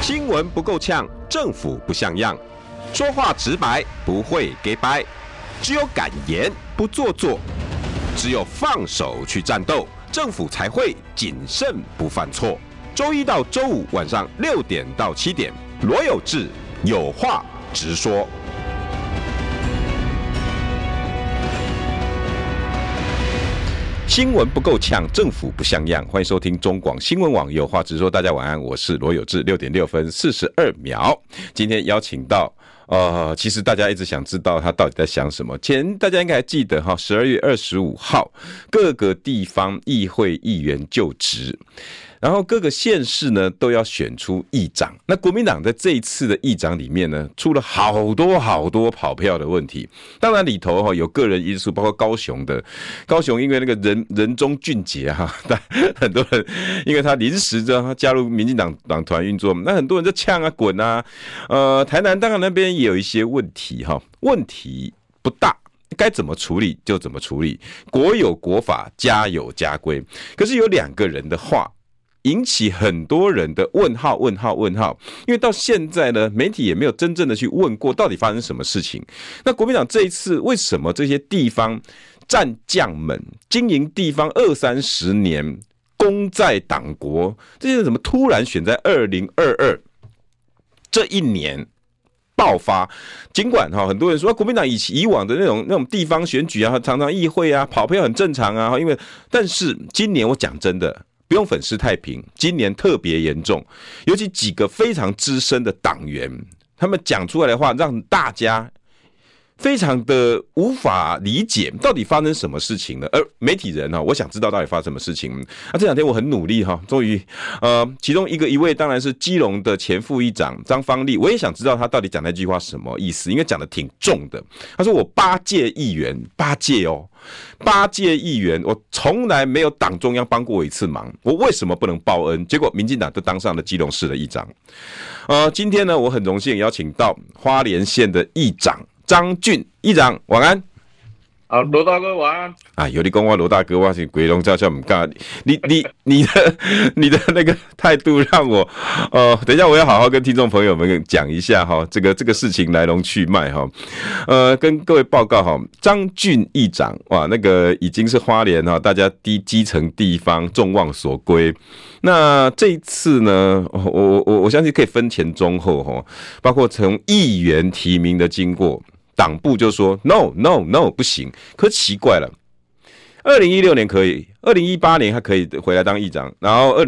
新闻不够呛，政府不像样，说话直白，不会给掰，只有敢言不做作，只有放手去战斗，政府才会谨慎不犯错。周一到周五晚上6点到7点，罗有志有话直说。新闻不够呛，政府不像样。欢迎收听中广新闻网有话直说。大家晚安，我是罗有志。6点6分42秒，今天邀请到其实大家一直想知道他到底在想什么。大家应该还记得哈，12月25号各个地方议会议员就职。然后各个县市呢都要选出议长，那国民党在这一次的议长里面呢，出了好多跑票的问题。当然里头有个人因素，包括高雄因为那个人中俊杰哈，很多人因为他临时他加入民进党党团运作，那很多人就呛啊滚啊。台南当然那边也有一些问题哈，问题不大。该怎么处理就怎么处理，国有国法，家有家规。可是有2个人的话引起很多人的问号，因为到现在呢，媒体也没有真正的去问过到底发生什么事情。那国民党这一次为什么这些地方战将们经营地方20-30年，功在党国，这些人怎么突然选在2022这一年爆发？尽管很多人说国民党以往的那种地方选举啊，常常议会啊跑票很正常啊，但是今年我讲真的。不用粉饰太平，今年特别严重，尤其几个非常资深的党员，他们讲出来的话，让大家非常的无法理解，到底发生什么事情了。而媒体人我想知道到底发生什么事情。这2天我很努力终于其中一位当然是基隆的前副议长张芳丽，我也想知道他到底讲那句话什么意思，因为讲的挺重的。他说我8届议员，8届议员，我从来没有党中央帮过我一次忙，我为什么不能报恩？结果民进党就当上了基隆市的议长。今天呢，我很荣幸邀请到花莲县的议长张俊议长，晚安。 好，罗大哥晚安。 啊，有你讲我罗大哥，我是鬼龙教教唔干。你的那个态度让我，等一下我要好好跟听众朋友们讲一下这个事情来龙去脉跟各位报告张俊议长，哇，那个已经是花莲大家基层地方众望所归。那这一次呢，我相信可以分前中后包括从议员提名的经过。党部就说 no 不行，可奇怪了，2016年可以，2018年他可以回来当议长，然后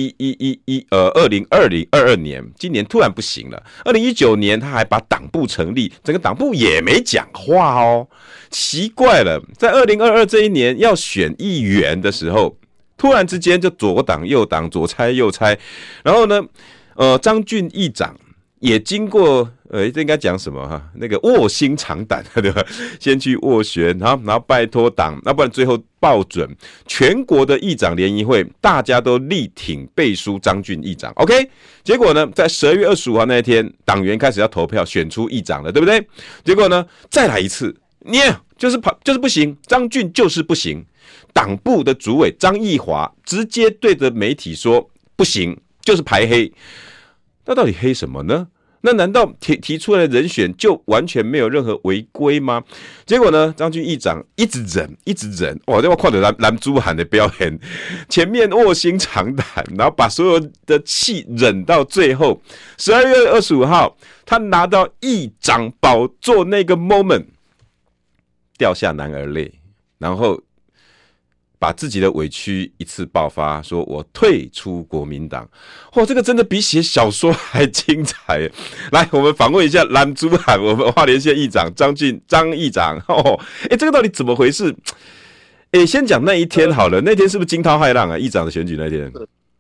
2022年今年突然不行了，2019年他还把党部成立，整个党部也没讲话奇怪了，在2022这一年要选议员的时候，突然之间就左挡右挡，左拆右拆，然后呢，张俊议长。也经过这应该讲什么那个卧薪尝胆，对吧？先去斡旋，然后拜托党，那不然最后报准全国的议长联谊会，大家都力挺背书张俊议长。OK， 结果呢，在12月25号那一天，党员开始要投票选出议长了，对不对？结果呢，再来一次，就是不行，张俊就是不行。党部的主委张义华直接对着媒体说不行，就是排黑。那到底黑什么呢？那难道提出来的人选就完全没有任何违规吗？结果呢，张俊议长一直忍，哇！这我看到蓝珠涵的表演，前面卧薪尝胆，然后把所有的气忍到最后。12月25号，他拿到议长宝座那个 moment， 掉下男儿泪，然后。把自己的委屈一次爆发，说我退出国民党。哇，这个真的比写小说还精彩。来，我们访问一下蓝珠涵，我们花莲县议长张议长。这个到底怎么回事？先讲那一天好了，那天是不是惊涛骇浪啊？议长的选举那天。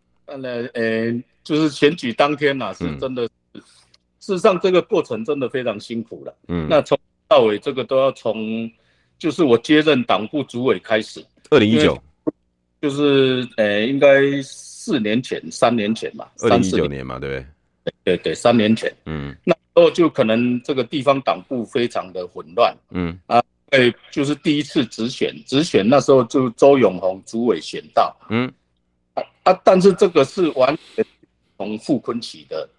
就是选举当天是真的。事实上，这个过程真的非常辛苦了。那从到尾这个都要从，就是我接任党部主委开始。2019，就是应该3年前嘛，2019 年嘛，对不对？对，3年前。那时候就可能这个地方党部非常的混乱。就是第一次直选那时候就周永宏主委选到。但是这个是完全从傅崐萁的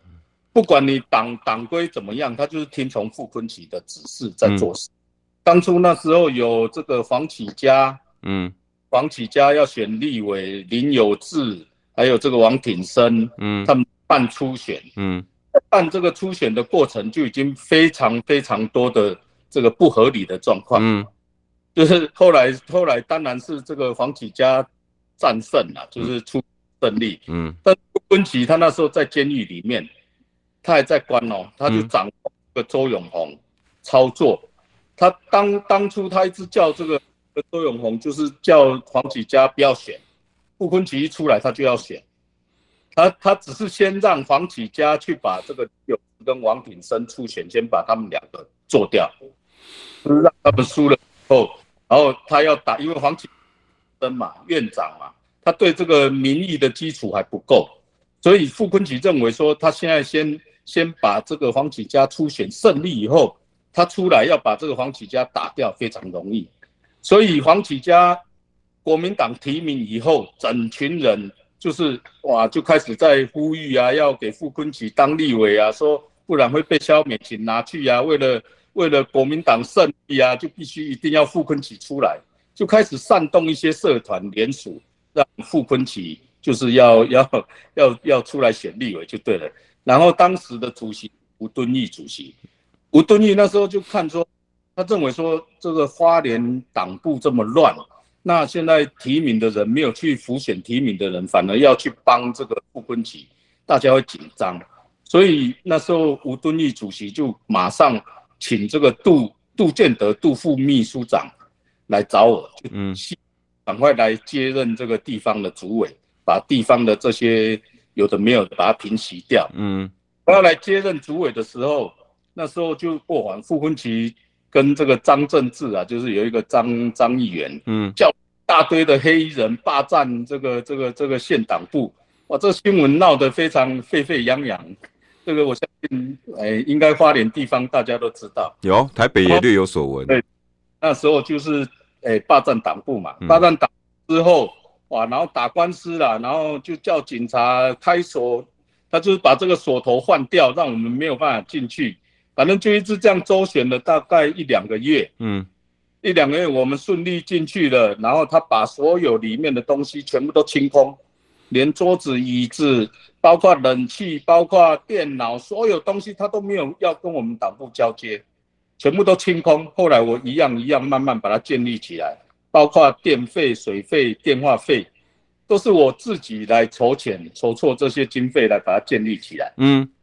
不管你党规怎么样，他就是听从傅昆萁的指示在做事。当初那时候有这个黄启嘉，黄启嘉要选立委，林有志，还有这个王挺生，他们办初选，办这个初选的过程就已经非常非常多的这个不合理的状况，就是后来当然是这个黄启嘉战胜了，就是出胜利，但傅昆萁他那时候在监狱里面，他还在关哦，他就掌握这个周永红操作，他当初他一直叫这个周永红，就是叫黄启嘉不要选，傅昆萁一出来他就要选，他只是先让黄启嘉去把这个有跟王挺生初选，先把他们两个做掉，就是让他们输了以后，然后他要打，因为黄启生嘛，院长嘛，他对这个民意的基础还不够，所以傅昆萁认为说，他现在先把这个黄启嘉初选胜利以后，他出来要把这个黄启嘉打掉非常容易，所以黄启嘉国民党提名以后，整群人就是就开始在呼吁啊，要给傅昆萁当立委啊，说不然会被萧美琴拿去啊，为了国民党胜利啊，就必须一定要傅昆萁出来，就开始煽动一些社团联署，让傅昆萁就是要出来选立委就对了。然后当时的主席吴敦义主席，吴敦义那时候就看说，他认为说这个花莲党部这么乱，那现在提名的人没有去辅选提名的人，反而要去帮这个傅昆萁，大家会紧张，所以那时候吴敦义主席就马上请这个杜建德杜副秘书长来找我，就赶快来接任这个地方的主委，把地方的这些有的没有的把它平息掉。他要来接任主委的时候，那时候就过完傅昆萁跟这个张正志啊，就是有一个张议员，叫一大堆的黑衣人霸占这个县党部，哇，这新闻闹得非常沸沸扬扬。这个我相信，应该花莲地方大家都知道， 有台北也略有所闻。 对，那时候就是霸占党部嘛，霸占党之后，哇，然后打官司啦，然后就叫警察开锁，他就是把这个锁头换掉，让我们没有办法进去。反正就一直这样周旋了大概1-2个月，1-2个月我们顺利进去了，然后他把所有里面的东西全部都清空，连桌子椅子包括冷气包括电脑所有东西他都没有要跟我们党部交接，全部都清空。后来我一样一样慢慢把它建立起来，包括电费水费电话费都是我自己来筹钱筹措这些经费来把它建立起来。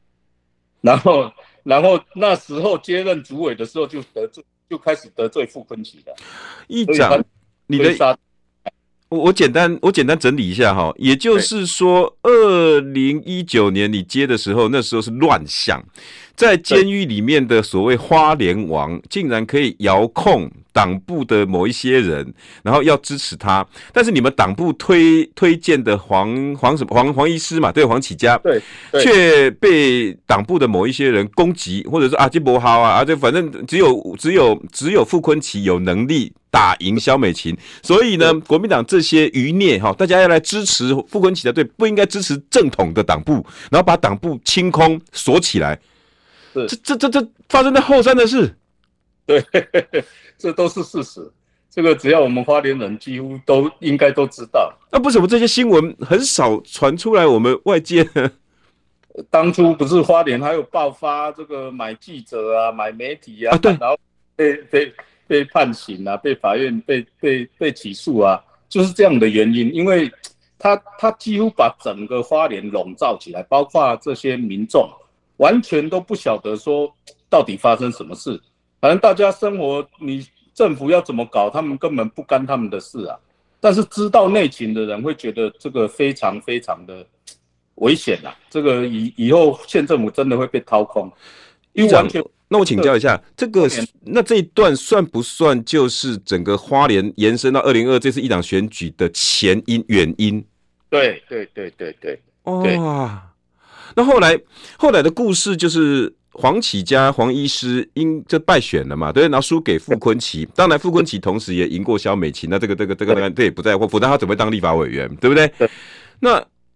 然后那时候接任主委的时候就开始得罪傅昆萁了。 议长，你的我简单整理一下哈，也就是说，2019年你接的时候，那时候是乱象，在监狱里面的所谓花莲王，竟然可以遥控党部的某一些人，然后要支持他，但是你们党部推荐的黄医师嘛，对，黄启嘉，对，却被党部的某一些人攻击，或者说这不好啊，这反正只有傅昆萁有能力打赢萧美琴，所以呢，国民党这些余孽大家要来支持傅昆萁的队，不应该支持正统的党部，然后把党部清空锁起来。这发生在后山的事， 对，这都是事实。这个只要我们花莲人几乎都应该都知道。 那为什么这些新闻很少传出来？我们外界呢？ 当初不是花莲还有爆发这个买记者啊、买媒体啊， 对， 然后被判刑啊，被法院被起诉啊，就是这样的原因。因为他几乎把整个花莲笼罩起来，包括这些民众。完全都不晓得说到底发生什么事，反正大家生活，你政府要怎么搞，他们根本不干他们的事啊。但是知道内情的人会觉得这个非常非常的危险啊，这个以后县政府真的会被掏空。因为完全， 那我请教一下，那这一段算不算就是整个花莲延伸到2022这次议长选举的原因？ 对。 哇。那后来的故事就是黄启嘉黄医师就败选了嘛，对，然后输给傅昆萁。当然傅昆萁同时也赢过萧美琴，那这个也不在乎，否则他怎么会当立法委员，对不对？对。那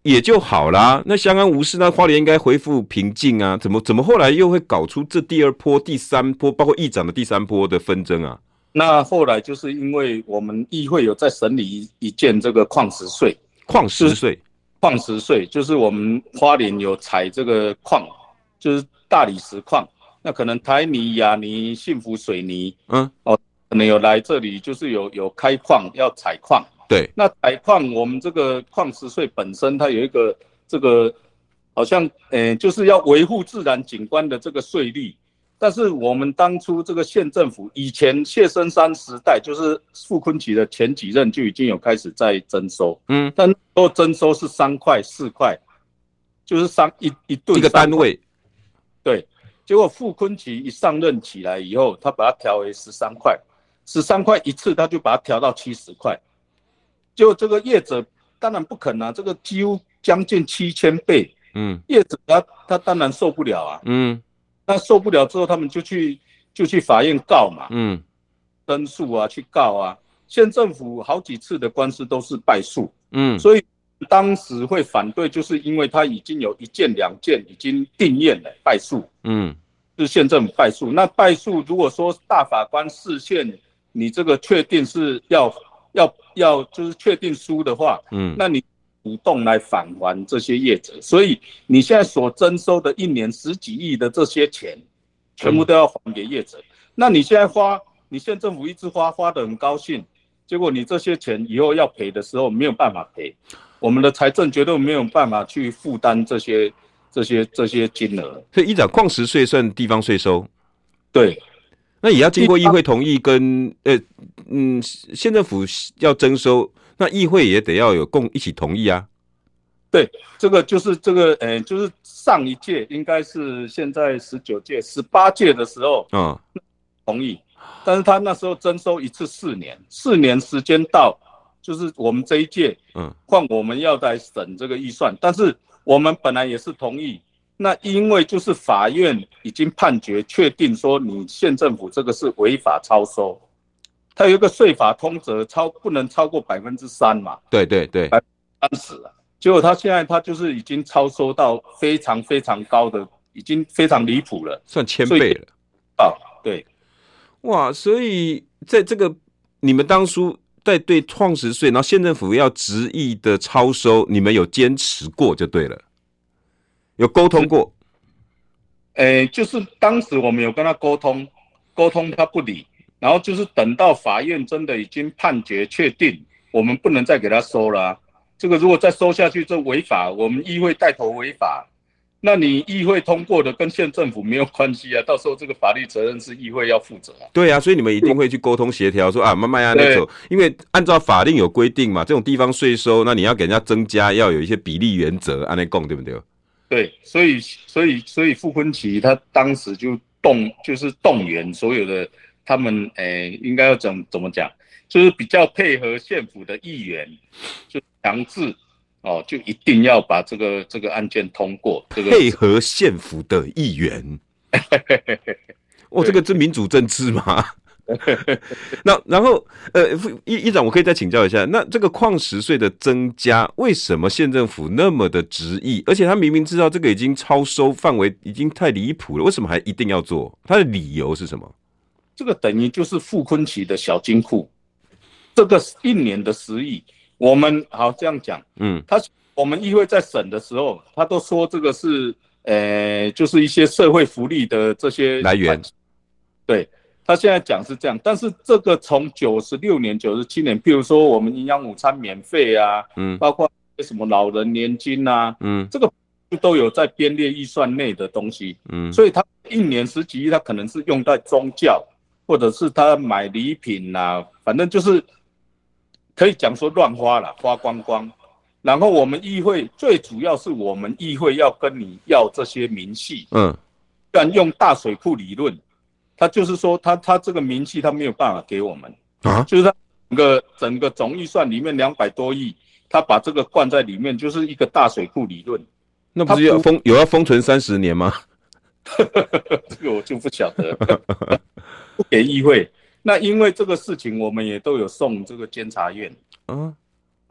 也就好啦。那相安无事，那花莲应该恢复平静啊？怎么后来又会搞出这第二波、第三波，包括议长的第三波的纷争啊？ 那后来就是因为我们议会有在审理一件这个矿石税， 矿石税就是我们花莲有采这个矿，就是大理石矿，那可能台泥、亚泥、幸福水泥，可能有来这里就是有开矿要采矿。 对， 那采矿我们这个矿石税本身它有一个这个好像就是要维护自然景观的这个税率，但是我们当初这个县政府以前谢生山时代就是傅昆萁的前几任就已经有开始在征收，但那时候征收是3块4块，就是一吨一个单位， 对，结果傅昆萁一上任起来以后，他把它调为13块，13块一次他就把它调到70块。就这个业者当然不肯啊，这个几乎将近7000倍，业者他当然受不了啊，那受不了之后，他们就去法院告嘛，申诉啊，去告啊，县政府好几次的官司都是败诉，所以当时会反对，就是因为他已经有1件2件已经定验了败诉，是县政府败诉，那败诉如果说大法官释宪，你这个确定是要就是确定输的话，那你主动来返还这些业者，所以你现在所征收的1年10几亿的这些钱，全部都要还给业者。那你现在你县政府一直花得很高兴，结果你这些钱以后要赔的时候没有办法赔，我们的财政绝对没有办法去负担这些金额。 所以议长，矿石税算地方税收， 对。 那也要经过议会同意跟县政府要征收，那议会也得要有一起同意啊。 对，这个就是就是上一届应该是现在19届、18届的时候，同意，但是他那时候征收一次4年，4年时间到，就是我们这一届，换我们要来审这个预算，但是我们本来也是同意。那因为就是法院已经判决确定说你县政府这个是违法超收，它有一个税法通则不能超过3%嘛，对，30%啊，结果他现在他就是已经超收到非常非常高的，已经非常离谱了， 算1000倍了对， 哇，所以在这个你们当初在对矿石税，然后县政府要执意的超收，你们有坚持过就对了。有沟通过， 就是当时我们有跟他沟通他不理，然后就是等到法院真的已经判决确定，我们不能再给他收了啊。这个如果再收下去，这违法，我们议会带头违法，那你议会通过的跟县政府没有关系啊，到时候这个法律责任是议会要负责啊。 对啊，所以你们一定会去沟通协调，说慢慢那走，因为按照法令有规定嘛，这种地方税收，那你要给人家增加，要有一些比例原则，按那讲对不对？ 对，所以傅昆萁他当时就是动员所有的他们应该要怎么讲，就是比较配合县府的议员，就强制就一定要把这个案件通过。 配合县府的议员，这个是民主政治吗？那然后议长，我可以再请教一下，那这个矿石税的增加，为什么县政府那么的执意？而且他明明知道这个已经超收范围，已经太离谱了，为什么还一定要做？他的理由是什么？ 这个等于就是傅昆萁的小金库，这个1年的10亿，我们好这样讲，我们议会在审的时候，他都说这个是就是一些社会福利的这些来源， 对。他现在讲是这样，但是这个从96年、97年，譬如说我们营养午餐免费啊，包括什么老人年金啊，这个都有在编列预算内的东西，所以他1年10几亿，他可能是用在宗教，或者是他买礼品啊，反正就是可以讲说乱花了，花光光。然后我们议会最主要是我们议会要跟你要这些明细，不然用大水库理论。他就是说他这个明细他没有办法给我们就是他整个总预算里面200多亿，他把这个灌在里面，就是一个大水库理论。 那不是要封存30年吗？ 这个我就不晓得，不给议会。那因为这个事情，我们也都有送这个监察院，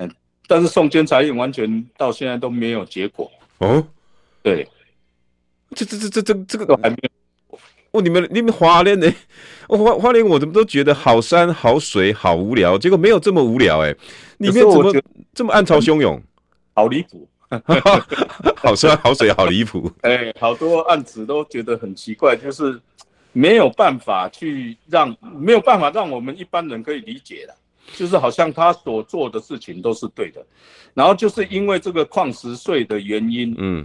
但是送监察院完全到现在都没有结果。 哦， 对， 这个都还没有。 哦，你们花莲呢？花莲我怎么都觉得好山好水好无聊，结果没有这么无聊哎，里面怎么这么暗潮汹涌？ 好离谱， 好山好水好离谱。 好多案子都觉得很奇怪，就是没有办法让我们一般人可以理解的，就是好像他所做的事情都是对的，然后就是因为这个矿石税的原因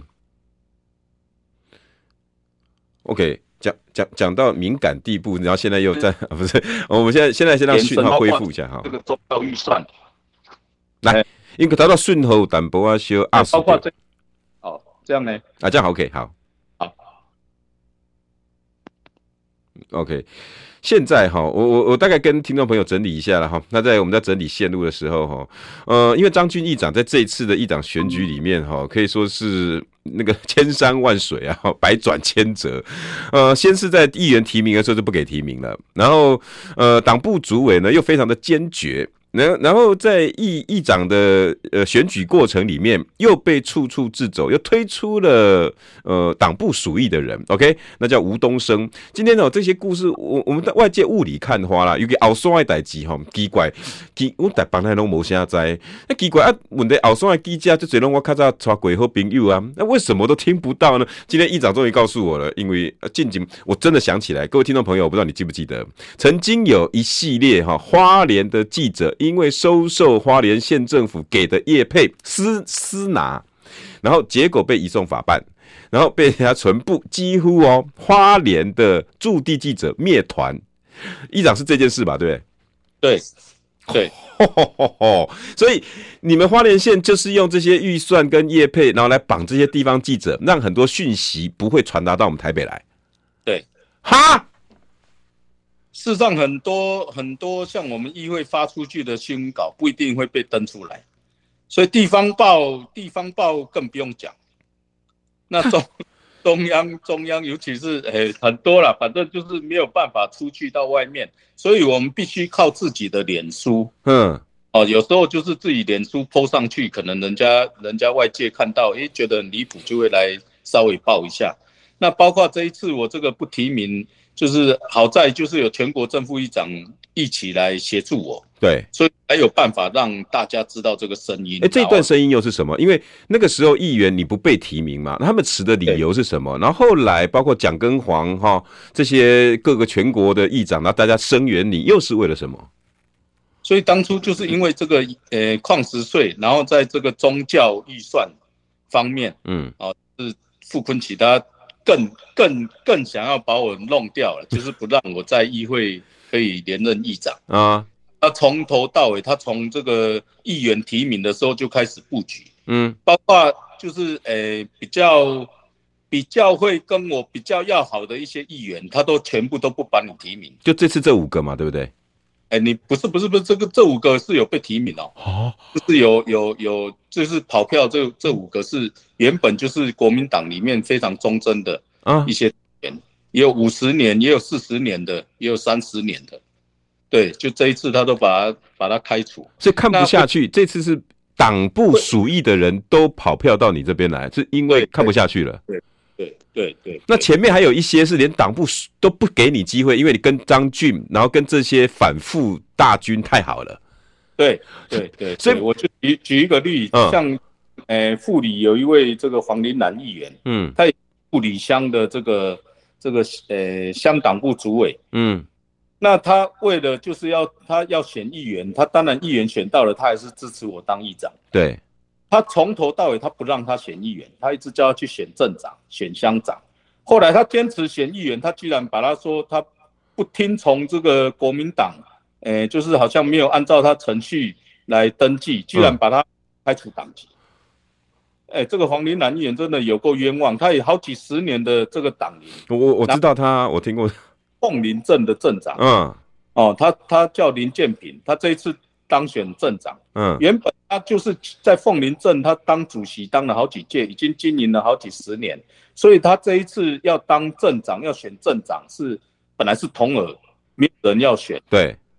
，OK。讲到敏感地步，然后现在又在不是，我们现在先让讯号恢复一下哈。 这个中药预算， 来，因为达到讯号淡薄啊，小包括这样呢？ 这样 OK 好。OK， 现在哈，我大概跟听众朋友整理一下了哈。那我们在整理线路的时候哈，因为张俊议长在这一次的议长选举里面哈，可以说是那个千山万水啊，百转千折。先是在议员提名的时候就不给提名了，然后党部主委呢又非常的坚决。然后在议长的选举过程里面，又被处处掣肘，又推出了党部属意的人 ，OK， 那叫吴东升。今天这些故事，我们在外界雾里看花啦，有个后山的代志奇怪，我大帮他拢无啥知，那奇怪啊，问题后山的记者就侪拢我较早带过好朋友啊，那为什么都听不到呢？今天议长终于告诉我了，因为近景我真的想起来，各位听众朋友，我不知道你记不记得，曾经有一系列花莲的记者。因为收受花莲县政府给的业配私拿，然后结果被移送法办，然后被人家全部几乎花莲的驻地记者灭团。议长是这件事吧？对不对？对。 所以你们花莲县就是用这些预算跟业配，然后来绑这些地方记者，让很多讯息不会传达到我们台北来。 对。 哈。 事实上，很多像我们议会发出去的新闻稿不一定会被登出来，所以地方报更不用讲。那中央，尤其是很多啦，反正就是没有办法出去到外面，所以我们必须靠自己的脸书。有时候就是自己脸书 po 上去，可能人家外界看到，觉得很离谱，就会来稍微报一下。那包括这一次我这个不提名。就是好在就是有全国正副议长一起来协助我， 对， 所以才有办法让大家知道这个声音。 这段声音又是什么？因为那个时候议员你不被提名嘛，他们持的理由是什么？然后后来包括蒋根煌这些各个全国的议长，然后大家声援你，又是为了什么？ 所以当初就是因为这个矿石税，然后在这个宗教预算方面，是傅昆萁他更想要把我弄掉了，就是不让我在议会可以连任议长啊。他从头到尾，他从这个议员提名的时候就开始布局，包括就是比较会跟我比较要好的一些议员，他都全部都不把你提名。 就这次这5个嘛，对不对？ 你不是这5个是有被提名就是有就是跑票这5个是原本就是国民党里面非常忠贞的一些人，也有50年，也有40年的，也有30年的，对，就这一次他都把他开除， 所以看不下去。这次是党部属意的人都跑票到你这边来，是因为看不下去了。 对。 那前面还有一些是连党部都不给你机会，因为你跟张俊，然后跟这些反复大军太好了。对， 所以我就举一个例，像富里有一位这个黄林兰议员，他也富里乡的这个乡党部主委，那他为了就是他要选议员，他当然议员选到了，他还是支持我当议长。 对。 他从头到尾他不让他选议员，他一直叫他去选镇长、选乡长。后来他坚持选议员，他居然把他说他不听从这个国民党，就是好像没有按照他程序来登记，居然把他开除党籍。这个黄林兰议员真的有够冤枉，他有好几十年的这个党龄。 我知道他，我听过。 凤林镇的镇长，他叫林建平，他这一次当选镇长，原本他就是在凤林镇，他当主席当了好几届，已经经营了好几十年，所以他这一次要当镇长，要选镇长本来是同额，没有人要选。 对，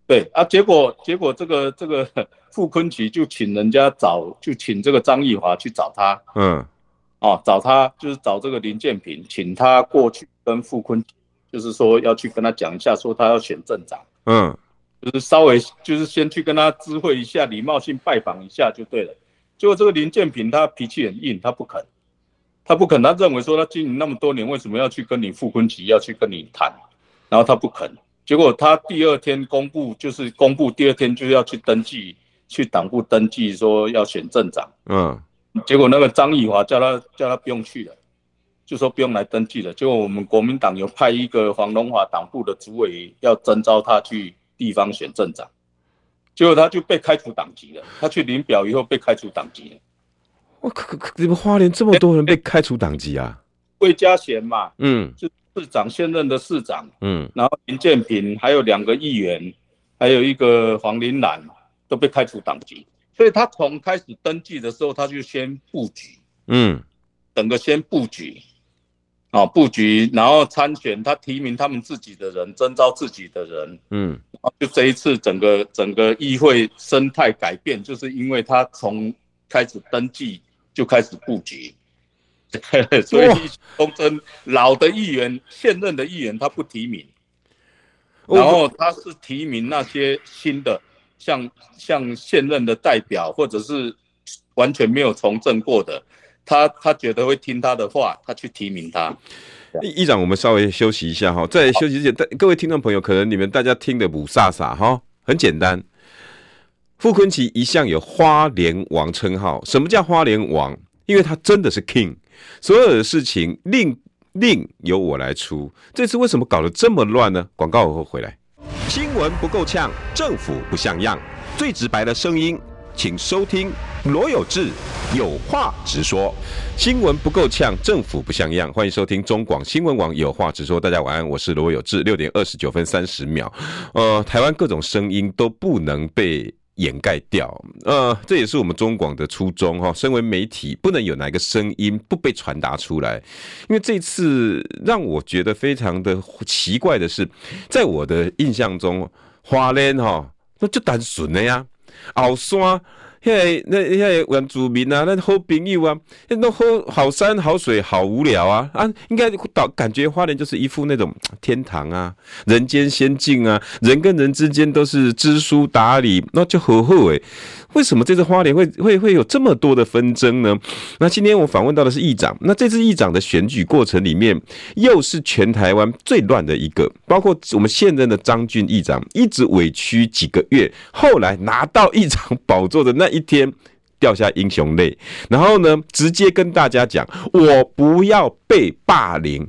对啊，结果这个傅昆萁就请人家就请这个张义华去找他，找他就是找这个林建平，请他过去跟傅昆萁，就是说要去跟他讲一下，说他要选镇长，就是稍微就是先去跟他知会一下，礼貌性拜访一下就对了。结果这个林建平他脾气很硬，他不肯，他认为说他经营那么多年，为什么要去跟你傅昆萁要去跟你谈，然后他不肯。结果他第二天公布第二天就要去登记，去党部登记说要选镇长。结果那个张义华叫他不用去了，就说不用来登记了。结果我们国民党有派一个黄荣华党部的主委要征召他去地方选镇长，结果他就被开除党籍了。他去领表以后被开除党籍了。 我你们花莲这么多人被开除党籍啊？ 魏家贤嘛，就市长现任的市长，然后林建平还有2个议员，还有一个黄林兰都被开除党籍，所以他从开始登记的时候，他就先布局，整个先布局，布局，然后参选，他提名他们自己的人，征召自己的人，然后就这一次整个议会生态改变，就是因为他从开始登记就开始布局。所以公正老的议员、现任的议员他不提名，然后他是提名那些新的，像现任的代表或者是完全没有从政过的，他觉得会听他的话，他去提名他。 议长，我们稍微休息一下哈，在休息之前，各位听众朋友，可能你们大家听的不飒飒哈，很简单。傅昆萁一向有花莲王称号，什么叫花莲王？因为他真的是 king。所有的事情令由我来出，这次为什么搞得这么乱呢？广告后回来。新闻不够呛，政府不像样，最直白的声音，请收听罗有志有话直说。新闻不够呛，政府不像样，欢迎收听中广新闻网有话直说。大家晚安，我是罗有志。6点29分30秒。台湾各种声音都不能被掩盖掉，这也是我们中广的初衷哈。身为媒体，不能有哪个声音不被传达出来。因为这次让我觉得非常的奇怪的是，在我的印象中，花莲哈那就单纯的呀，后山。那原住民啊，那好朋友啊，那好山好水好无聊啊应该感觉花莲就是一副那种天堂啊，人间仙境啊，人跟人之间都是知书达理，那就好好诶。为什么这次花莲会有这么多的纷争呢？那今天我访问到的是议长，那这次议长的选举过程里面，又是全台湾最乱的一个，包括我们现任的张俊议长一直委屈几个月，后来拿到议长宝座的那一天掉下英雄泪，然后呢，直接跟大家讲，我不要被霸凌。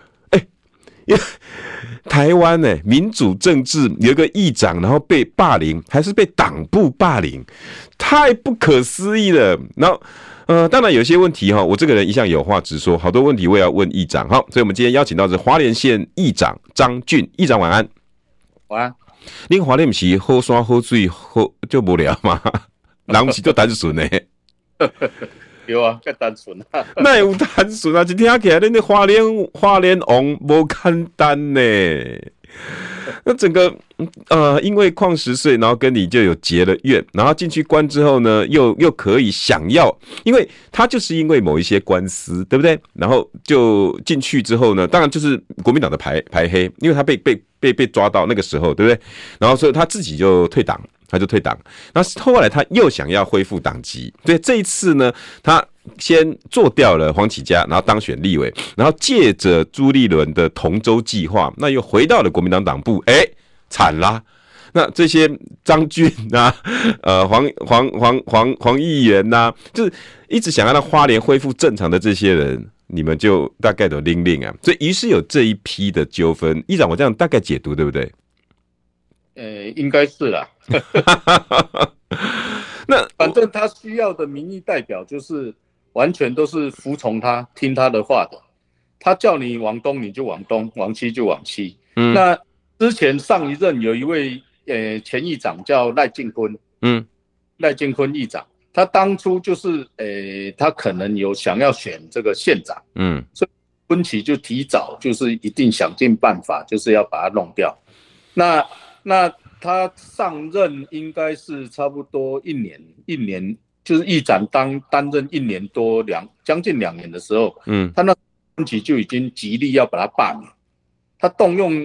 台湾民主政治有一个议长，然后被霸凌，还是被党部霸凌，太不可思议了。然后，当然有些问题我这个人一向有话直说，好多问题我也要问议长。好，所以我们今天邀请到是花莲县议长张俊议长，晚安。 晚安。 恁花莲不是好山好水好就无聊吗？人不是就单纯的。 有啊，较单纯啊。 那有单纯啊，一听起来恁那花莲王不简单呢。那整个因为矿10岁，然后跟你就有结了怨，然后进去关之后呢，又可以想要，因为他就是因为某一些官司，对不对？然后就进去之后呢，当然就是国民党的排黑，因为他被抓到那个时候，对不对？然后所以他自己就退党。然后后来他又想要恢复党籍，所以这一次呢，他先做掉了黄启嘉，然后当选立委，然后借着朱立伦的同舟计划，那又回到了国民党党部，惨啦！那这些张俊啊，黄议员呐，就是一直想要让花莲恢复正常的这些人，你们就大概都拎啊，所以于是有这一批的纠纷。议长，我这样大概解读对不对？ 应该是啦。 那反正他需要的民意代表就是完全都是服从他、听他的话的。他叫你往东你就往东，往西就往西。那之前上一任有一位前议长叫赖进坤，赖进坤议长，他当初就是他可能有想要选这个县长，所以昆萁就提早就是一定想尽办法，就是要把他弄掉。那他上任应该是差不多一年，就是议长担任1年多将近2年的时候，他那分歧就已经极力要把他罢免，他动用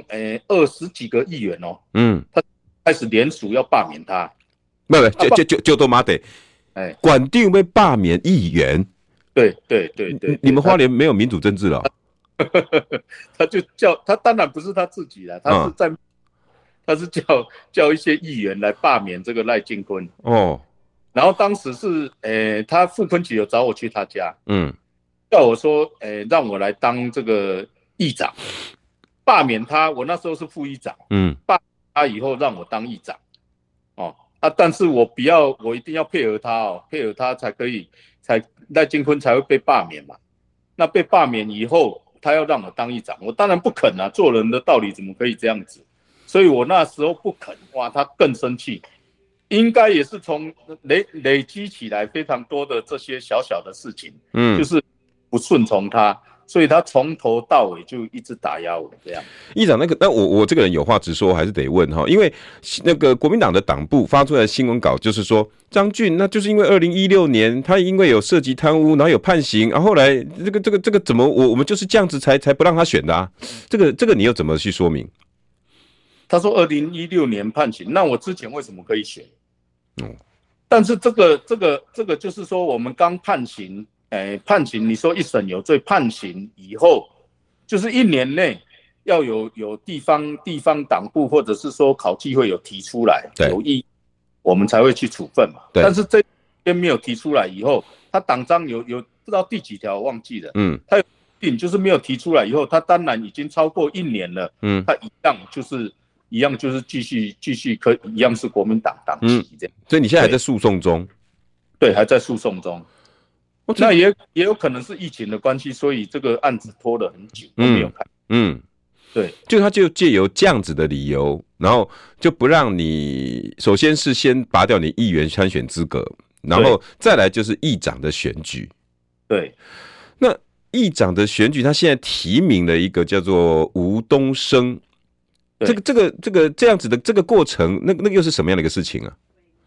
20几个议员哦，他开始联署要罢免他。 不，就都妈得，管定被罢免议员。 对， 你们花莲没有民主政治了。 他就他当然不是他自己啦，他是叫一些议员来罢免这个赖进坤。然后当时是他傅昆萁有找我去他家，叫我说让我来当这个议长，罢免他。我那时候是副议长，罢免他以后让我当议长。但是我一定要配合他配合他才可以，赖进坤才会被罢免嘛。那被罢免以后，他要让我当议长，我当然不肯啊，做人的道理怎么可以这样子？所以我那时候不肯，哇，他更生气，应该也是从累积起来非常多的这些小小的事情，就是不顺从他。所以他从头到尾就一直打压我这样。 议长，那我这个人有话直说，还是得问哈，因为那个国民党的党部发出来的新闻稿就是说，张俊那就是因为2016年他因为有涉及贪污，然后有判刑，然后后来这个怎么我们就是这样子才不让他选的啊？这个你又怎么去说明？ 他说2016年判刑，那我之前为什么可以选？但是这个就是说我们刚判刑。判刑，你说一审有罪，判刑以后，就是1年内要有地方党部或者是说考纪会有提出来有意，我们才会去处分嘛。但是这边没有提出来以后，他党章有不知道第几条忘记了，他有定就是没有提出来以后，他当然已经超过1年了，他一样就是继续一样是国民党党籍这样。 所以你现在还在诉讼中？ 对，还在诉讼中。那也有可能是疫情的关系，所以这个案子拖了很久都没有开。对， 他就借由这样子的理由，然后就不让你，首先是先拔掉你议员参选资格，然后再来就是议长的选举。 对， 那议长的选举，他现在提名了一个叫做吴东升，这样子的这个过程，那又是什么样的一个事情啊？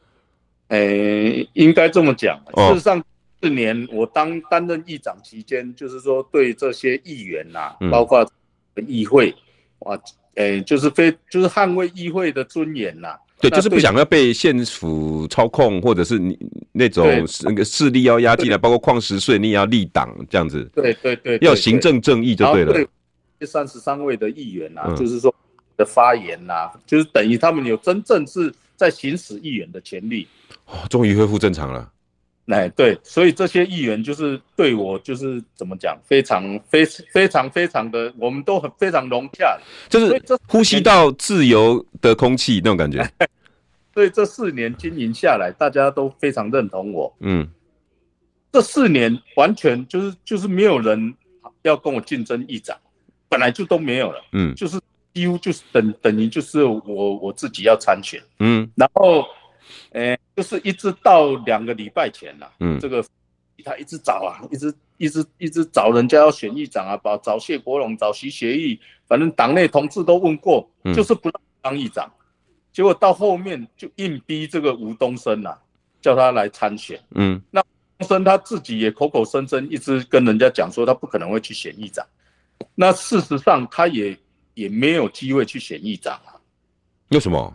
应该这么讲，事实上。4年我担任议长期间，就是说对这些议员包括议会，就是捍卫议会的尊严对，就是不想要被县府操控，或者是你那种那个势力要压进来，包括矿石税你也要立党这样子。 对， 要有行政正义就对了。 对33位的议员就是说的发言就是等于他们有真正是在行使议员的权利。 终于恢复正常了。 对，所以这些议员就是对我就是怎么讲，非常的，我们都非常融洽， 就是呼吸到自由的空气那种感觉。 所以这4年经营下来，大家都非常认同我。这4年完全就是没有人要跟我竞争议长，本来就都没有了。就是几乎就是等于就是我自己要参选。然后。就是一直到2个礼拜前这个他一直找一直找人家要选议长找谢国龙，找徐学义，反正党内同志都问过，就是不让当议长。结果到后面就硬逼这个吴东升叫他来参选。那吴东升他自己也口口声声一直跟人家讲说他不可能会去选议长，那事实上他也没有机会去选议长为什么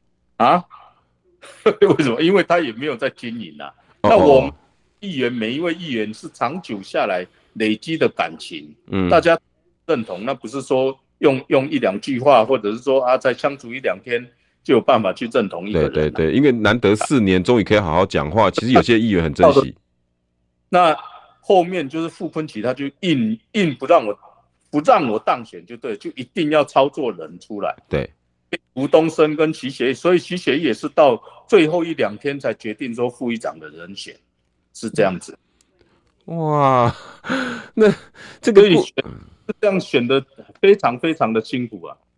为什么？因为他也没有在经营那我们议员每一位议员是长久下来累积的感情，大家认同，那不是说用1-2句话，或者是说再相处1-2天就有办法去认同一个人。 对，因为难得4年终于可以好好讲话，其实有些议员很珍惜。 那后面就是傅昆萁他就硬不让我当选，就对，就一定要操作人出来。 对。 吴东升跟徐学义，所以徐学义也是到最后1-2天才决定说副议长的人选，是这样子。 哇，那这个是这样选的非常非常的辛苦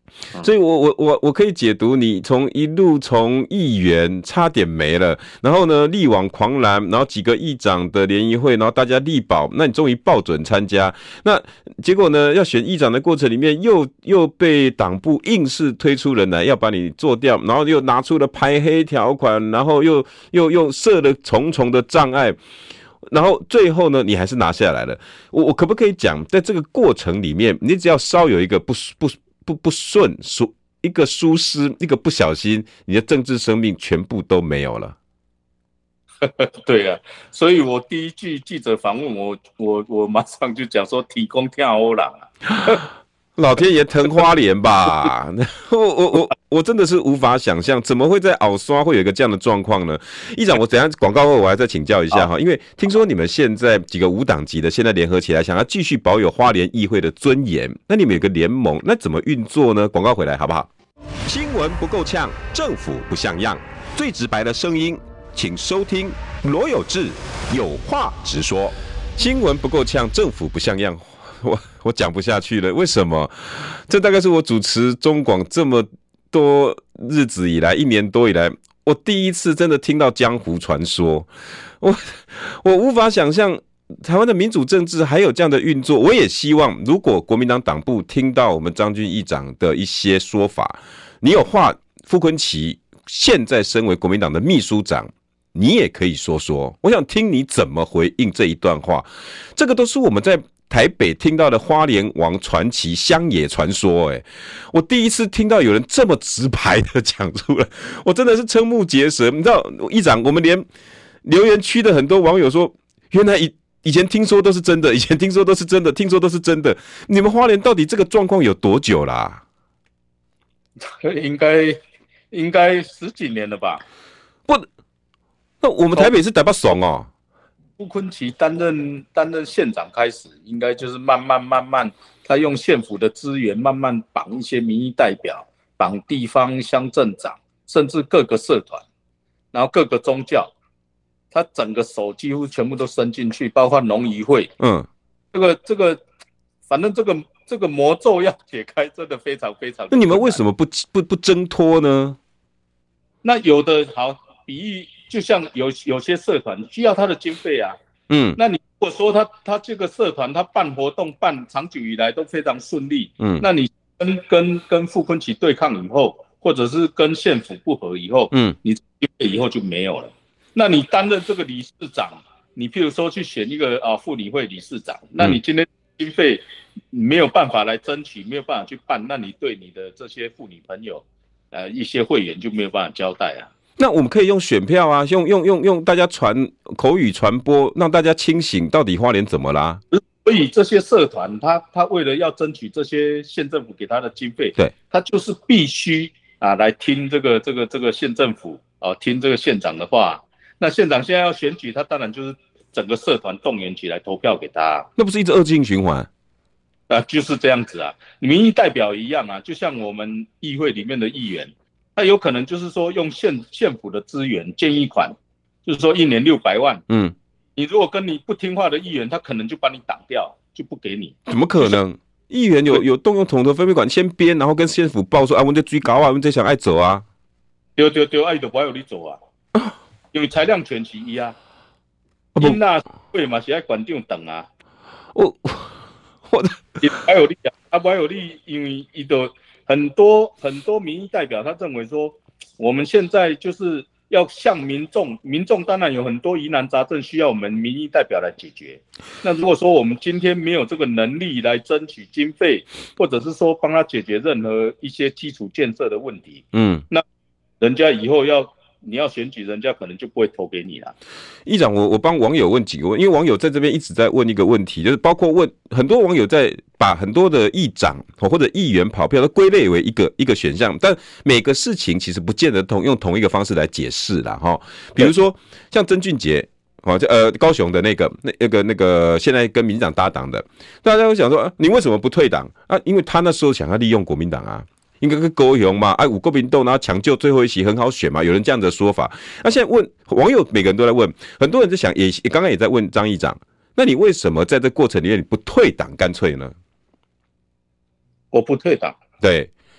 所以我可以解读你一路从议员差点没了，然后呢力挽狂澜，然后几个议长的联谊会，然后大家力保，那你终于报准参加，那结果呢要选议长的过程里面又被党部硬是推出人来要把你做掉，然后又拿出了排黑条款，然后又设了重重的障碍。然后最后呢，你还是拿下来了。我可不可以讲，在这个过程里面，你只要稍有一个不顺，一个疏失，一个不小心，你的政治生命全部都没有了。 对啊，所以我第一句记者访问我马上就讲说，提供跳欧郎啊。 老天爷疼花莲吧！我真的是无法想象，怎么会在鳌山会有一个这样的状况呢？议长，我等一下广告后我还再请教一下哈，因为听说你们现在几个无党籍的现在联合起来，想要继续保有花莲议会的尊严，那你们有个联盟，那怎么运作呢？广告回来好不好？新闻不够呛，政府不像样，最直白的声音，请收听罗有志有话直说。新闻不够呛，政府不像样。我讲不下去了，为什么？这大概是我主持中广这么多日子以来，1年多以来，我第一次真的听到江湖传说。我无法想象台湾的民主政治还有这样的运作。我也希望，如果国民党党部听到我们张俊议长的一些说法，你有话，傅崐萁现在身为国民党的秘书长，你也可以说说。我想听你怎么回应这一段话。这个都是我们在台北听到的花莲王传奇、乡野传说，我第一次听到有人这么直白的讲出来，我真的是瞠目结舌。你知道，议长，我们连留言区的很多网友说，原来以前听说都是真的，以前听说都是真的，听说都是真的。你们花莲到底这个状况有多久啦？ 应该10几年了吧？ 不，那我们台北是台北爽哦。 傅崐萁担任县长开始，应该就是慢慢，他用县府的资源慢慢绑一些民意代表，绑地方乡镇长，甚至各个社团，然后各个宗教，他整个手几乎全部都伸进去，包括农渔会。这个，反正这个魔咒要解开，真的非常非常。 那你们为什么不挣脱呢？ 那有的好比喻。就像有些社团需要他的经费啊，那你如果说他这个社团他办活动长久以来都非常顺利，那你跟傅崐萁对抗以后，或者是跟县府不合以后，你经费以后就没有了。那你担任这个理事长，你譬如说去选一个妇女会理事长，那你今天经费没有办法来争取，没有办法去办，那你对你的这些妇女朋友一些会员就没有办法交代啊。 那我们可以用选票啊，用大家口语传播，让大家清醒，到底花莲怎么啦？ 所以这些社团，他为了要争取这些县政府给他的经费， 对， 他就是必须来听这个县政府听这个县长的话。那县长现在要选举，他当然就是整个社团动员起来投票给他， 那不是一直恶性循环？ 就是这样子啊。民意代表一样啊，就像我们议会里面的议员。他有可能就是说用县府的资源建议款，就是说1年600万。你如果跟你不听话的议员，他可能就把你挡掉，就不给你。 怎么可能？议员有动用统筹分配款先编，然后跟县府报说我们这追高啊，我们这想爱走啊。 对，爱就不要你走啊，因为裁量权其一啊。因那会嘛是爱馆长等啊。 我还有你啊，不还有你，因为伊都。很多民意代表他认为说，我们现在就是要向民众当然有很多疑难杂症需要我们民意代表来解决。那如果说我们今天没有这个能力来争取经费，或者是说帮他解决任何一些基础建设的问题，那人家以后你要选举，人家可能就不会投给你了。 议长，我帮网友问几个问，因为网友在这边一直在问一个问题，就是包括问很多网友在把很多的议长或者议员跑票都归类为一个选项，但每个事情其实不见得用同一个方式来解释啦哈。比如说像曾俊杰，高雄的那个现在跟民进党搭档的，大家会想说，你为什么不退党啊？因为他那时候想要利用国民党啊。应该是高雄嘛，有国民党，然后抢救最后一席很好选嘛，有人这样的说法。那现在问网友，每个人都在问，很多人在想，也刚刚也在问张议长，那你为什么在这过程里面你不退党干脆呢？ 我不退党， 对，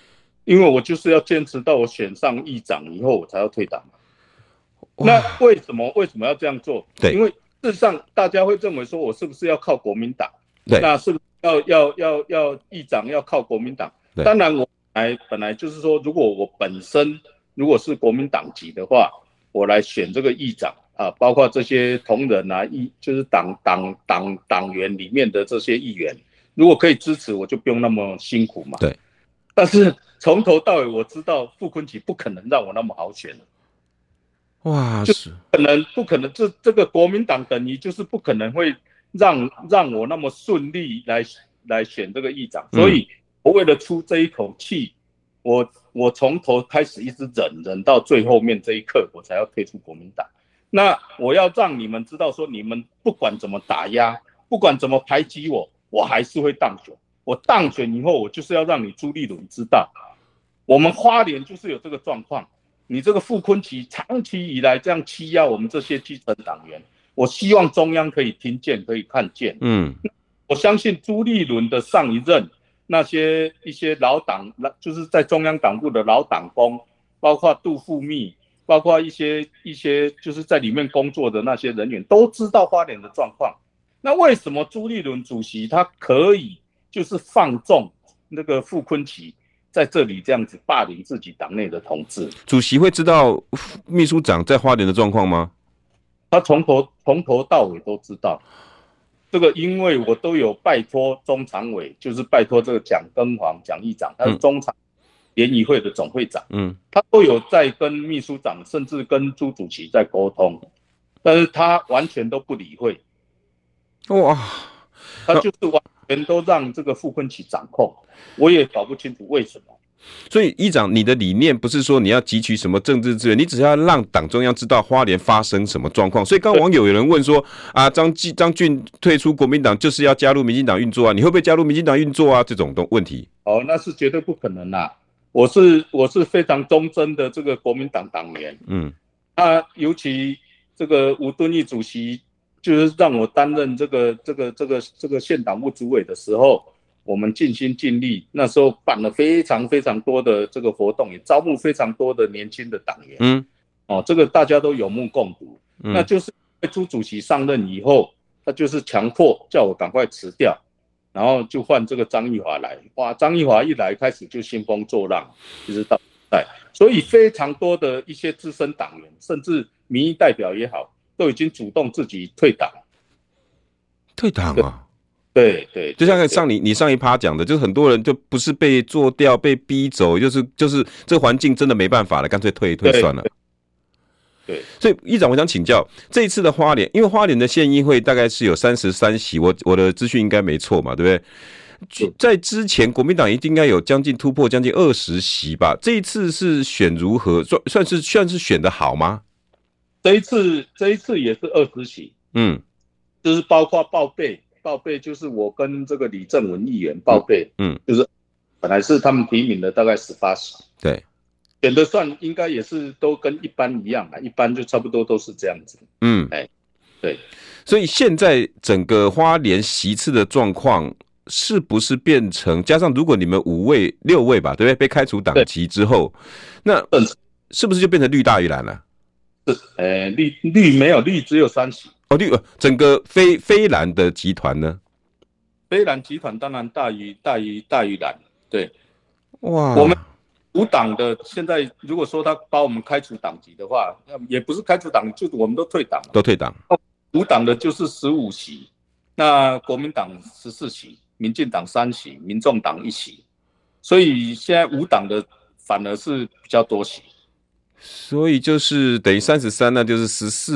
因为我就是要坚持到我选上议长以后，我才要退党。那为什么要这样做？ 对， 因为事实上大家会认为说，我是不是要靠国民党？ 对， 那是不是要议长要靠国民党？当然，我本来就是说，如果我本身如果是国民党籍的话，我来选这个议长啊，包括这些同仁啊，就是党员里面的这些议员，如果可以支持，我就不用那么辛苦嘛。 对。 但是从头到尾，我知道傅昆萁不可能让我那么好选。 哇， 就是不可能，这个国民党等于就是不可能会让我那么顺利来选这个议长，所以我为了出这一口气，我从头开始一直忍到最后面这一刻，我才要退出国民党。那我要让你们知道说，你们不管怎么打压，不管怎么排挤我还是会当选。我当选以后，我就是要让你朱立伦知道，我们花莲就是有这个状况。你这个傅昆萁长期以来这样欺压我们这些基层党员，我希望中央可以听见，可以看见。我相信朱立伦的上一任一些老党，就是在中央党部的老党工，包括杜富密，包括一些就是在里面工作的那些人员，都知道花莲的状况。那为什么朱立伦主席他可以就是放纵那个傅昆萁在这里这样子霸凌自己党内的同志？ 主席会知道秘书长在花莲的状况吗？ 他从头到尾都知道。这个因为我都有拜托中常委，就是拜托这个蒋根煌蒋议长，他是中常联谊会的总会长，他都有在跟秘书长，甚至跟朱主席在沟通，但是他完全都不理会。哇，他就是完全都让这个傅昆萁掌控，我也搞不清楚为什么。 所以议长，你的理念不是说你要汲取什么政治资源，你只要让党中央知道花莲发生什么状况。所以刚网友有人问说啊，张俊退出国民党就是要加入民进党运作啊，你会不会加入民进党运作啊？这种问题。 那是绝对不可能啦。我是非常忠贞的这个国民党党员。尤其这个吴敦义主席就是让我担任这个县党部主委的时候，我们尽心尽力，那时候办了非常非常多的这个活动，也招募非常多的年轻的党员。这个大家都有目共睹。那就是朱主席上任以后，他就是强迫叫我赶快辞掉，然后就换这个张义华来。哇，张义华一来开始就兴风作浪，一直到现在，所以非常多的一些资深党员，甚至民意代表也好，都已经主动自己退党。 退党啊？ 对， 就像你上一趴讲的，就是很多人就不是被做掉、被逼走，就是这个环境真的没办法了，干脆退算了。 对， 所以议长，我想请教，这一次的花莲，因为花莲的县议会大概是有33席，我的资讯应该没错嘛，对不对？在之前国民党应该有突破将近20席吧？这一次是选如何？算是选得好吗？ 这一次也是20席，就是包括报备就是我跟这个李正文议员报备，就是本来是他们提名的大概18席， 对， 选的算应该也是都跟一般一样啦，一般就差不多都是这样子。对， 所以现在整个花莲席次的状况是不是变成加上如果你们6位吧，对不对？被开除党籍之后，那是不是就变成绿大于蓝了？ 绿没有，绿只有3席。 整个非蓝的集团呢？ 非蓝集团当然大于蓝，对。 哇， 我们无党的现在如果说他把我们开除党籍的话，也不是开除党，就是我们都退党了。 都退党。 无党的就是15席，那国民党14席，民进党3席，民众党1席，所以现在无党的反而是比较多席。 所以就是等于33，那就是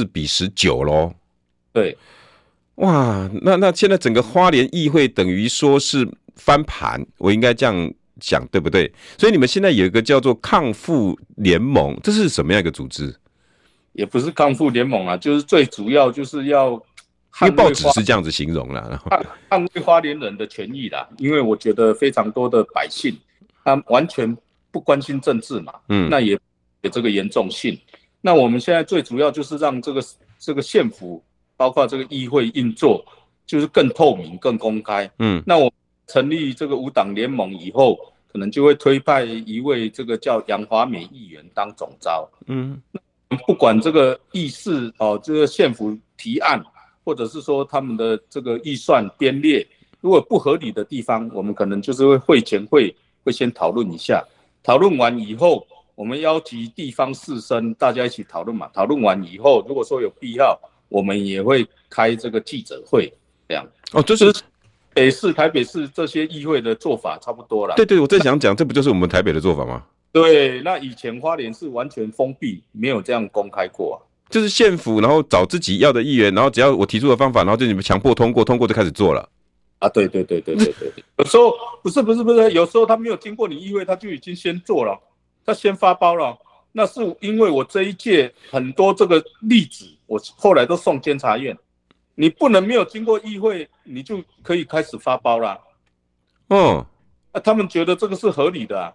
14-19咯。 对， 哇，那现在整个花莲议会等于说是翻盘，我应该这样讲对不对？所以你们现在有一个叫做抗富联盟，这是什么样一个组织？ 也不是抗富联盟啊，就是最主要就是要因为报纸是这样子形容啦， 捍卫花莲人的权益啦。因为我觉得非常多的百姓，他完全不关心政治嘛，那也有这个严重性。那我们现在最主要就是让这个县府，包括这个议会运作，就是更透明、更公开。那我成立这个无党联盟以后， 可能就会推派一位这个叫杨华美议员当总召。不管这个议事这个县府提案，或者是说他们的这个预算编列，如果不合理的地方，我们可能就是会前会先讨论一下，讨论完以后，我们邀集地方士绅大家一起讨论嘛。讨论完以后，如果说有必要，我们也会开这个记者会，这样。 就是台北市这些议会的做法差不多了。 对，我在想讲，这不就是我们台北的做法吗？ 对，那以前花莲是完全封闭，没有这样公开过啊。 就是县府，然后找自己要的议员，然后只要我提出的方法，然后就你们强迫通过，通过就开始做了。 对，有时候不是，有时候他没有经过你议会，他就已经先做了，他先发包了。那是因为我这一届很多这个例子，我后来都送监察院，你不能没有经过议会，你就可以开始发包啦。他们觉得这个是合理的啊。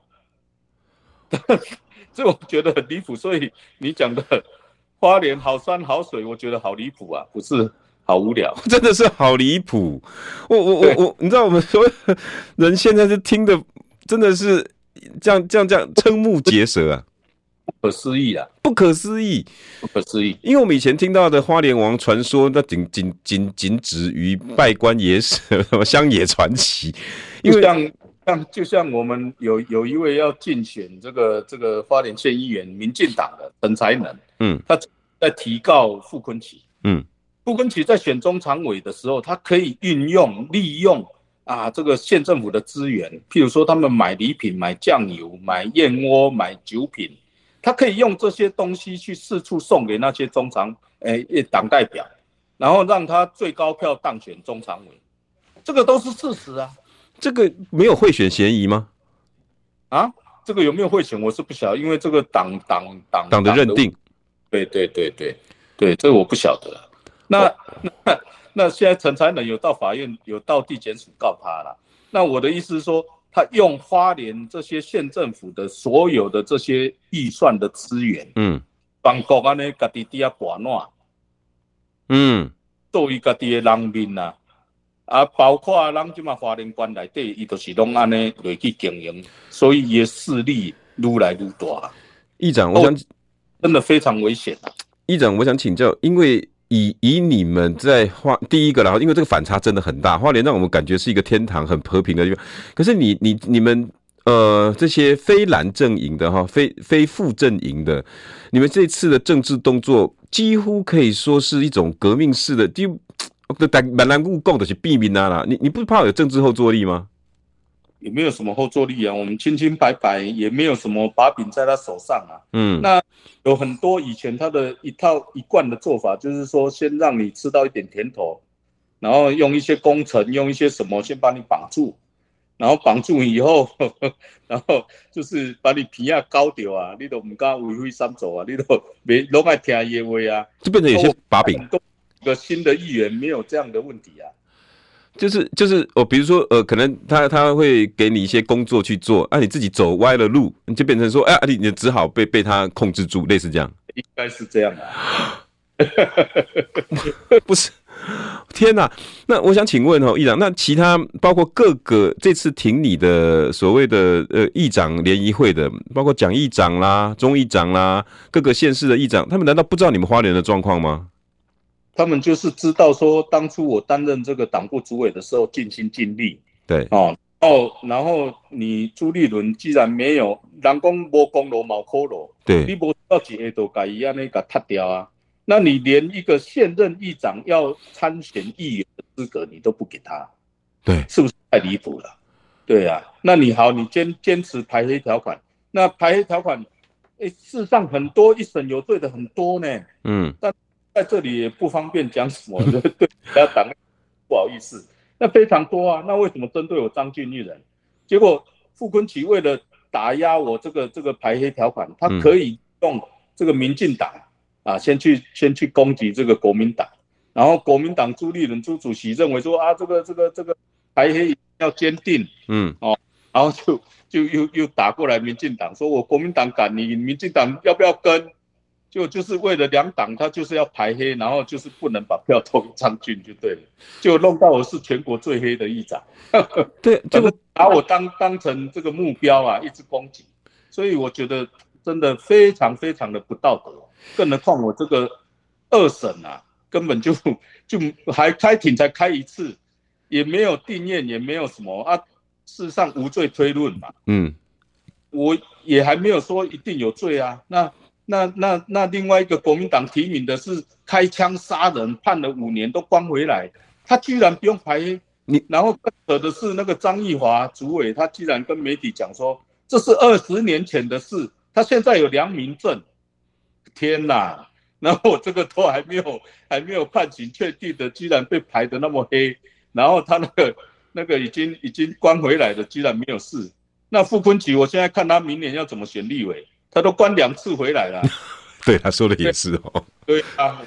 这我觉得很离谱，所以你讲的花莲好山好水，我觉得好离谱啊，不是好无聊， 真的是好离谱。你知道我们所有人现在是听的，真的是这样瞠目结舌啊， 不可思议啊， 不可思议。因为我们以前听到的花莲王传说，那仅止于拜官野史、乡野传奇，因为就像我们有一位要竞选这个花莲县议员，民进党的陈才能，他在提告傅崐萁，傅崐萁在选中常委的时候，他可以利用这个县政府的资源，譬如说他们买礼品、买酱油、买燕窝、买酒品，他可以用这些东西去四处送给那些党代表，然后让他最高票当选中常委，这个都是事实啊。 这个没有贿选嫌疑吗？ 这个有没有贿选我是不晓得，因为这个党的认定。 对，这个我不晓得。那现在陈才能有到法院，有到地检署告他了。那我的意思是说，他用花莲这些县政府的所有的这些预算的资源，帮国安呢家己底下博暖，作为家己的人民啊。包括咱即马花莲县内底，伊就是拢安尼落去经营，所以伊的势力愈来愈大。 议长，我想真的非常危险啊！ 议长，我想请教，因为以你们在第一个啦，因为这个反差真的很大，花莲让我们感觉是一个天堂，很和平的地方。可是你们这些非蓝阵营的非副阵营的，你们这次的政治动作几乎可以说是一种革命式的。蛮难讲的是避免啦，你不怕有政治后坐力吗？ 也没有什么后坐力啊，我们清清白白，也没有什么把柄在他手上啊。那有很多以前他的一贯的做法，就是说先让你吃到一点甜头，然后用一些工程，用一些什么先把你绑住，然后绑住以后，然后就是把你皮搞掉啊，你都不敢为非三走啊，你都都爱听他的话啊， 就变成有些把柄。 个新的议员没有这样的问题啊， 就是比如说可能他会给你一些工作去做，你自己走歪了路，你就变成说你只好被他控制住，类似这样。 应该是这样啊。 不是，天哪！那我想请问议长，那其他包括各个这次挺你的所谓的议长联谊会的，包括蒋议长啦、钟议长啦，各个县市的议长，他们难道不知道你们花莲的状况吗？ 他们就是知道说，当初我担任这个党部主委的时候尽心尽力， 对然后你朱立伦既然没有，人讲无功劳冇苦劳， 对， 你无到一下就把伊安尼给踢掉啊，那你连一个现任议长要参选议员的资格你都不给他， 对， 是不是太离谱了？对啊，那你好，你坚持排黑条款，那排黑条款，事实上很多一审有罪的很多呢，但在这里也不方便讲什么，对他党不好意思，那非常多啊。那为什么针对我张俊义人？结果傅崐萁为了打压我这个排黑条款，他可以用这个民进党先去攻击这个国民党，然后国民党朱立伦朱主席认为说这个排黑要坚定，然后就又打过来民进党，说我国民党赶你，民进党要不要跟？ 就是为了两党，他就是要排黑，然后就是不能把票投给张俊就对了，就弄到我是全国最黑的议长， 对，就把我当成这个目标啊，一直攻击，所以我觉得真的非常非常的不道德，更何况我这个二审啊，根本就还开庭才开一次，也没有定验，也没有什么啊，事实上无罪推论嘛，我也还没有说一定有罪啊，那另外一个国民党提名的是开枪杀人，判了5年都关回来，他居然不用排黑。然后更扯的是那个张义华主委，他居然跟媒体讲说这是20年前的事，他现在有良民证，天哪！然后我这个都还没有判刑确定的，居然被排得那么黑，然后他那个已经关回来的，居然没有事。那傅昆萁，我现在看他明年要怎么选立委，他都关2次回来了。 对，他说的也是哦。 对啊。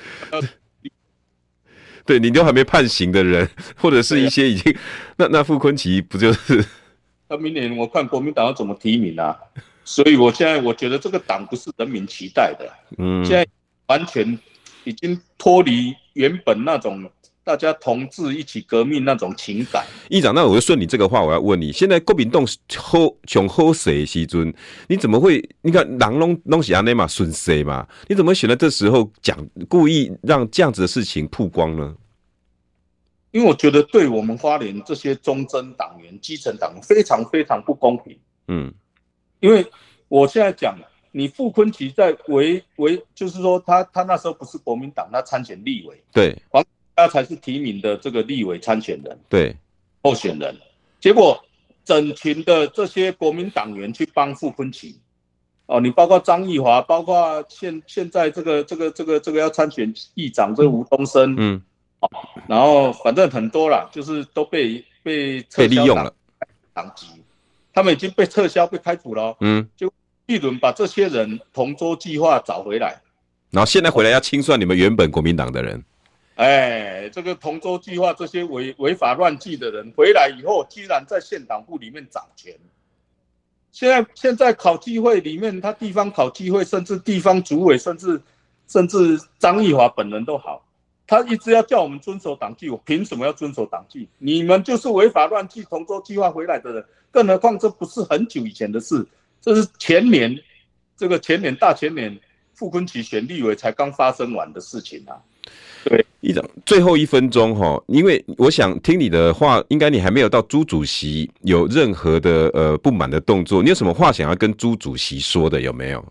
对，你都还没判刑的人，或者是一些已经，那傅昆萁不就是？ 他明年我看国民党要怎么提名啊？所以我觉得这个党不是人民期待的，现在完全已经脱离原本那种大家同志一起革命那种情感。 议长，那我就顺你这个话，我要问你，现在国民党上好势的时阵，你怎么会？你看人拢是安尼嘛，顺势嘛，你怎么选在这时候故意让这样子的事情曝光呢？ 因为我觉得对我们花莲这些忠贞党员、基层党员非常非常不公平。因为我现在讲，你傅昆萁在就是说他那时候不是国民党，他参选立委， 对， 黄他才是提名的这个立委参选人， 对， 候选人。结果整群的这些国民党员去帮傅昆萁，你包括张义华，包括现在这个要参选议长这个吴东升，然后反正很多啦，就是都被利用了党籍，他们已经被撤销、被开除了。就一轮把这些人同舟计划找回来， 然后现在回来要清算你们原本国民党的人。 这个同舟计划这些违法乱纪的人回来以后，居然在县党部里面掌权。现在考纪会里面，他地方考纪会，甚至地方主委，甚至张义华本人都好。他一直要叫我们遵守党纪，我凭什么要遵守党纪？你们就是违法乱纪、同舟计划回来的人，更何况这不是很久以前的事，这是大前年傅昆萁选立委才刚发生完的事情啊。对， 议长，最后1分钟因为我想听你的话，应该你还没有到朱主席有任何的不满的动作，你有什么话想要跟朱主席说的？有没有？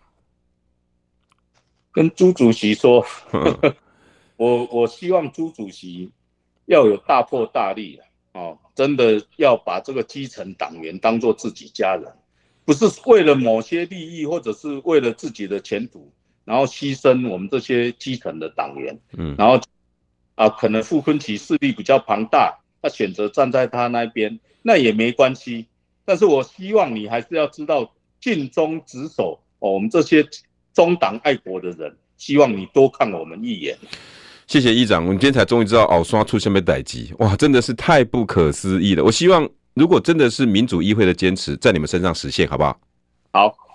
跟朱主席说。我希望朱主席要有大破大立真的要把这个基层党员当作自己家人，不是为了某些利益或者是为了自己的前途，然后牺牲我们这些基层的党员。然后可能傅昆萁势力比较庞大，他选择站在他那边，那也没关系。但是我希望你还是要知道尽忠职守我们这些忠党爱国的人，希望你多看我们一眼。 谢谢议长，我们今天才终于知道鳌山出什么代志，哇，真的是太不可思议了。我希望如果真的是民主议会的坚持在你们身上实现，好不好？ 好。